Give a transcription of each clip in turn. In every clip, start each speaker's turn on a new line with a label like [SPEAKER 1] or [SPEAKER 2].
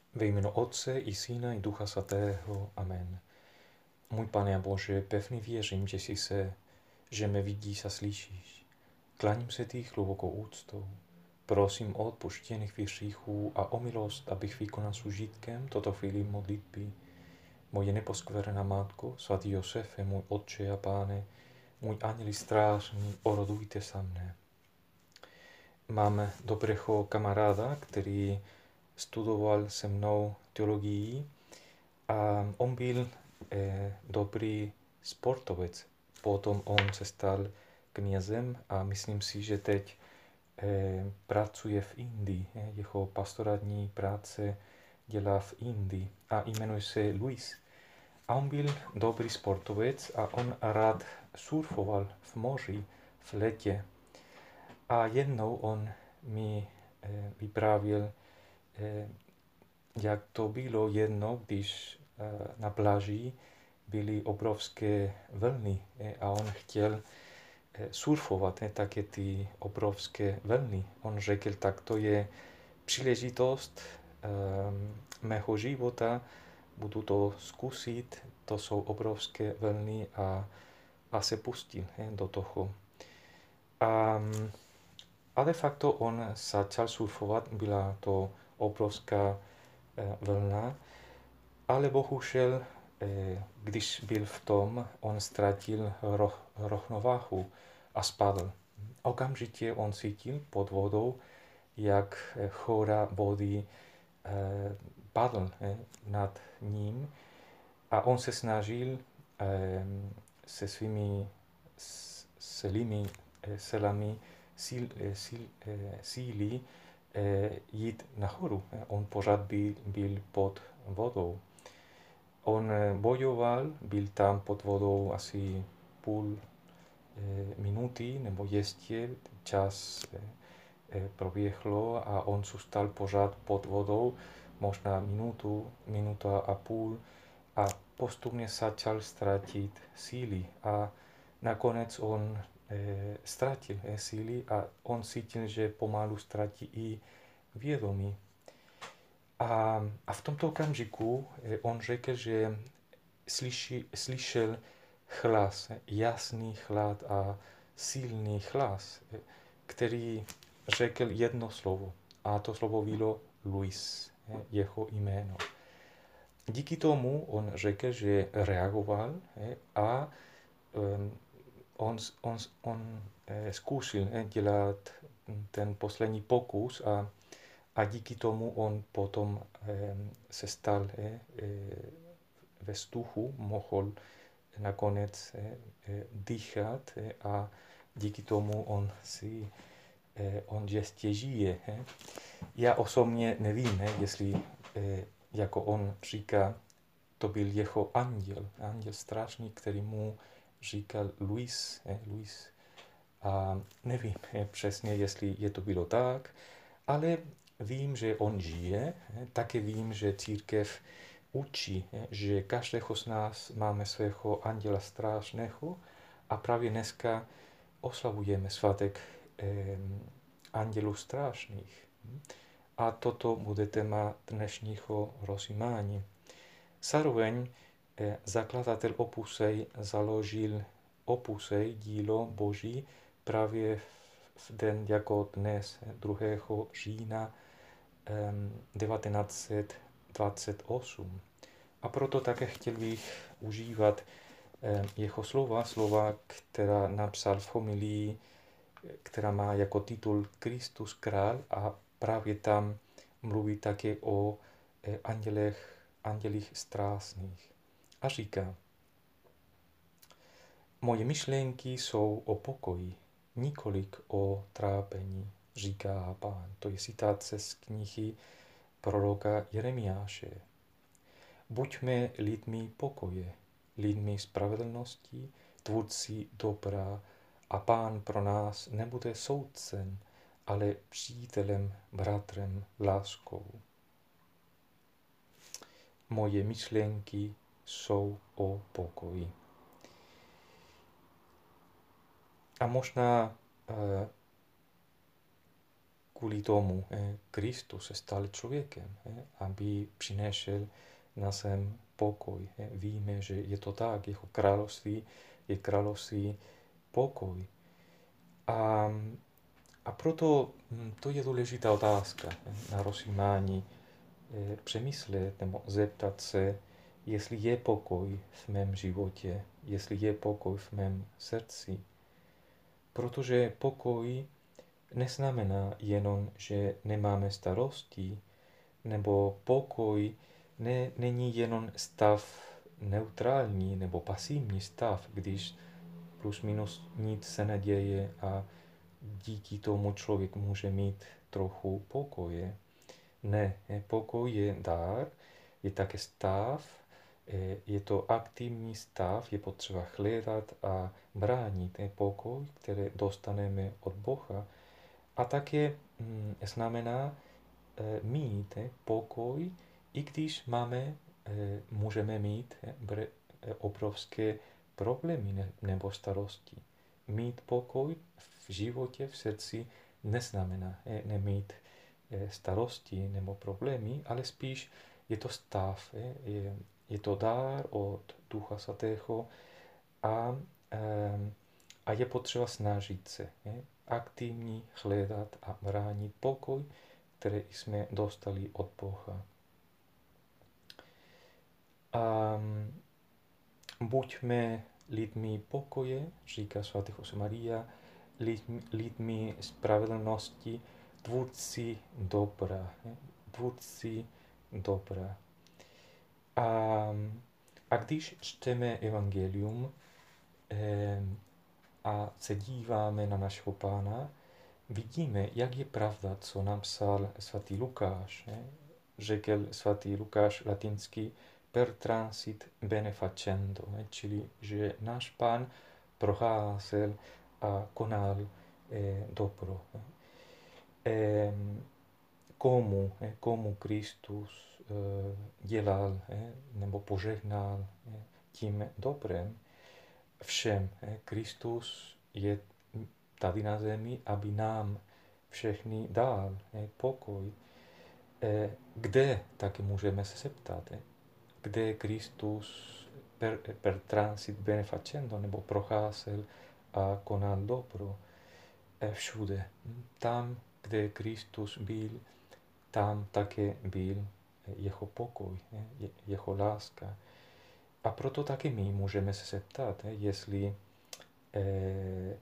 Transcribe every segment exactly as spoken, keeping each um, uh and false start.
[SPEAKER 1] Ve jménu Otce i Syna i Ducha Svatého. Amen. Můj Pane a Bože, pevně věřím, že jsi se, že mě vidíš a slyšíš. Klaním se ti hlubokou úctou. Prosím o odpuštění hříchů a o milost, abych vykonal s užitkem toto chvíli modlitby. Moje neposkvrná Matko, svatý Josefe, můj Otče a Páne, můj anděli strážný, orodujte za mne. Mám dobrého kamaráda, který studoval se mnou teologii a on byl eh, dobrý sportovec. Potom on se stal knězem a myslím si, že teď eh, pracuje v Indii. Eh, jeho pastorátní práce dělá v Indii a jmenuje se Luis. A on byl dobrý sportovec a on rád surfoval v moři v létě. A jednou on mi eh, vyprávěl, eh, jak to bylo jedno, když eh, na pláži byly obrovské vlny eh, a on chtěl eh, surfovat, eh, také ty obrovské vlny. On řekl, tak to je příležitost eh, mého života, budu to zkusit, to jsou obrovské vlny a, a se pustil eh, do toho. A, a de facto on začal surfovat, byla to obrovská eh, vlna, ale bohužel, eh, když byl v tom, on ztratil roh, rovnováhu a spadl. Okamžitě on cítil pod vodou, jak eh, chora vody eh, padl eh, nad ním a on se snažil eh, se svými silami, eh, silami síl, eh, síl, eh, síly eh, jít nahoru. On pořád byl, byl pod vodou. On bojoval, byl tam pod vodou asi půl eh, minuty, nebo ještě čas eh, proběhlo a on zůstal pořád pod vodou, možná minutu, minuta a půl a postupně začal ztratit síly a nakonec on eh, ztratil eh, síly a on cítil, že pomalu ztratí i vědomí. A, a v tomto okamžiku eh, on řekl, že slyši, slyšel hlas, jasný hlas a silný hlas, eh, který řekl jedno slovo. A to slovo bylo Luis, eh, jeho jméno. Díky tomu on řekl, že reagoval eh, a um, on, on, on eh, zkusil eh, dělat ten poslední pokus a a díky tomu on potom eh, se stal eh, ve vzduchu, mohl nakonec eh, dýchat eh, a díky tomu on si eh, on ještě žije. Eh. Já osobně nevím, eh, jestli, eh, jako on říká, to byl jeho anděl, anděl strážný, který mu říkal Luis, eh, Luis. A nevím eh, přesně, jestli je to bylo tak, ale vím, že on žije, také vím, že církev učí, že každého z nás máme svého anděla strážného a právě dneska oslavujeme svátek eh, andělů strážných. A toto bude téma dnešního rozjímání. Zároveň eh, zakladatel Opusej založil Opusej, dílo Boží, právě v den jako dnes, druhého října devatenáct set dvacet osm. A proto také chtěl bych užívat jeho slova, slova, která napsal v homilii, která má jako titul Kristus král a právě tam mluví také o andělech, andělích strážných. A říká, moje myšlenky jsou o pokoji, nikolik o trápení, říká Pán. To je citace z knihy proroka Jeremiáše. Buďme lidmi pokoje, lidmi spravedlnosti, tvůrci dobra a Pán pro nás nebude soudcem, ale přítelem, bratrem, láskou. Moje myšlenky jsou o pokoji. A možná kvůli tomu eh, Kristus se stal člověkem, eh, aby přinesl na zem pokoj. Eh. Víme, že je to tak, jeho království je království pokoj. A, a proto hm, to je důležitá otázka eh, na rozjímání, eh, přemyslet nebo zeptat se, jestli je pokoj v mém životě, jestli je pokoj v mém srdci. Protože pokoj neznamená jenom, že nemáme starosti, nebo pokoj ne, není jenom stav neutrální nebo pasivní stav, když plus minus nic se neděje a díky tomu člověk může mít trochu pokoje. Ne, pokoj je dar, je také stav, je to aktivní stav, je potřeba hledat a bránit pokoj, který dostaneme od Boha. A také hm, znamená e, mít e, pokoj, i když máme, e, můžeme mít e, bre, e, obrovské problémy ne, nebo starosti. Mít pokoj v životě, v srdci neznamená e, nemít e, starosti nebo problémy, ale spíš je to stav, e, je, je to dar od Ducha Svatého a, e, a je potřeba snažit se. E, aktivní hledat a bránit pokoj, který jsme dostali od Boha. A buďme lidmi pokoje, říká svatý Josemaria, lidmi, lidmi spravedlnosti, tvůrci dobra. Tvůrci dobra. A, a když čteme evangelium eh, a se díváme na našeho Pána, vidíme, jak je pravda, co nám psal svatý Lukáš. Ne? Řekl svatý Lukáš latinsky per transit benefacendo, ne? Čili že náš Pán procházel a konal eh, dobro. Ne? Eh, komu, eh, komu Kristus eh, dělal eh, nebo požehnal eh, tím dobrem, všem. Eh, Kristus je tady na zemi, aby nám všechny dal eh, pokoj. Eh, kde taky můžeme se zeptat, eh, kde Kristus per, per transit benefacendo nebo procházel a konal dobro. Eh, všude. Tam, kde Kristus byl, tam také byl jeho pokoj, eh, jeho láska. A proto taky my můžeme se zeptat, eh, jestli eh,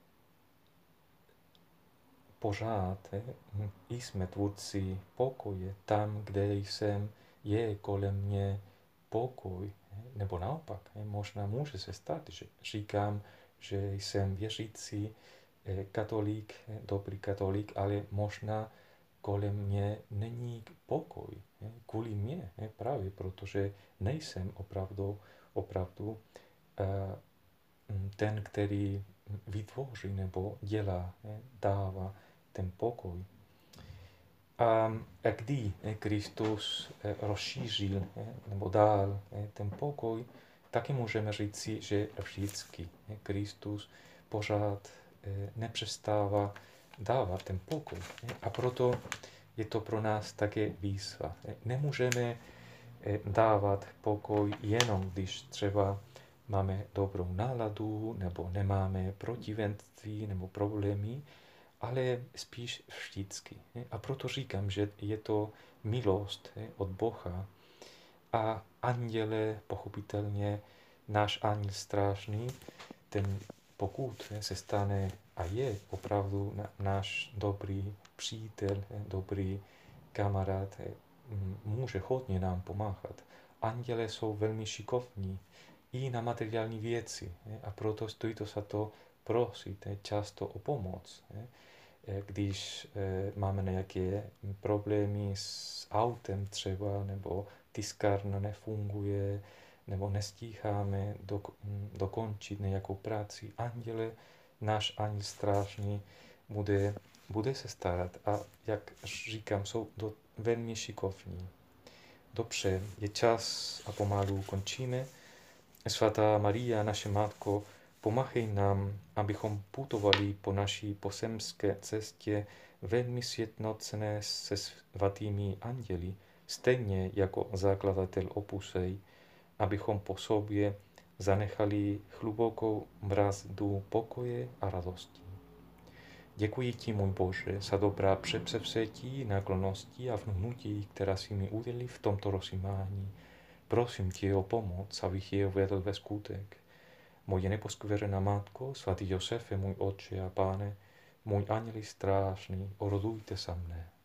[SPEAKER 1] pořád eh, jsme tvůrci pokoje, tam, kde jsem, je kolem mě pokoj, eh, nebo naopak, eh, možná může se stát, že říkám, že jsem věřící eh, katolík, eh, dobrý katolík, ale možná kolem mě není pokoj, eh, kvůli mě, eh, právě protože nejsem opravdu, opravdu eh, ten, který vytvoří nebo dělá, eh, dává ten pokoj. A, a kdy eh, Kristus eh, rozšířil eh, nebo dal eh, ten pokoj, taky můžeme říci, že vždycky eh, Kristus pořád eh, nepřestává dávat ten pokoj. Eh, a proto je to pro nás také výzva. Eh, nemůžeme eh, dávat pokoj jenom, když třeba máme dobrou náladu, nebo nemáme protivenství nebo problémy, ale spíš vždycky. A proto říkám, že je to milost od Boha. A anděle, pochopitelně, náš anděl strážný, ten pokud se stane a je opravdu náš dobrý přítel, dobrý kamarád, může hodně nám pomáhat. Anděle jsou velmi šikovní i na materiální věci a proto stojí to za to prosit často o pomoc. Když máme nějaké problémy s autem třeba, nebo tiskárna nefunguje, nebo nestíháme do, dokončit nějakou práci, anděle, náš anděl strážný bude, bude se starat. A jak říkám, jsou do, velmi šikovní. Dobře, je čas a pomalu končíme. Svatá Maria, naše Matko, pomáhej nám, abychom putovali po naší pozemské cestě velmi sjednocené se svatými anděli, stejně jako zakladatel Opusej, abychom po sobě zanechali hlubokou brazdu pokoje a radosti. Děkuji ti, můj Bože, za dobrá předsevzetí, náklonnosti a vnutí, která si mi udělili v tomto rozjímání. Prosím tě o pomoc, abych je uvedl ve skutek. Moje neposkvrná matko, svatý Josefe, můj otče a páne, můj anděli strážný, orodujte za mne.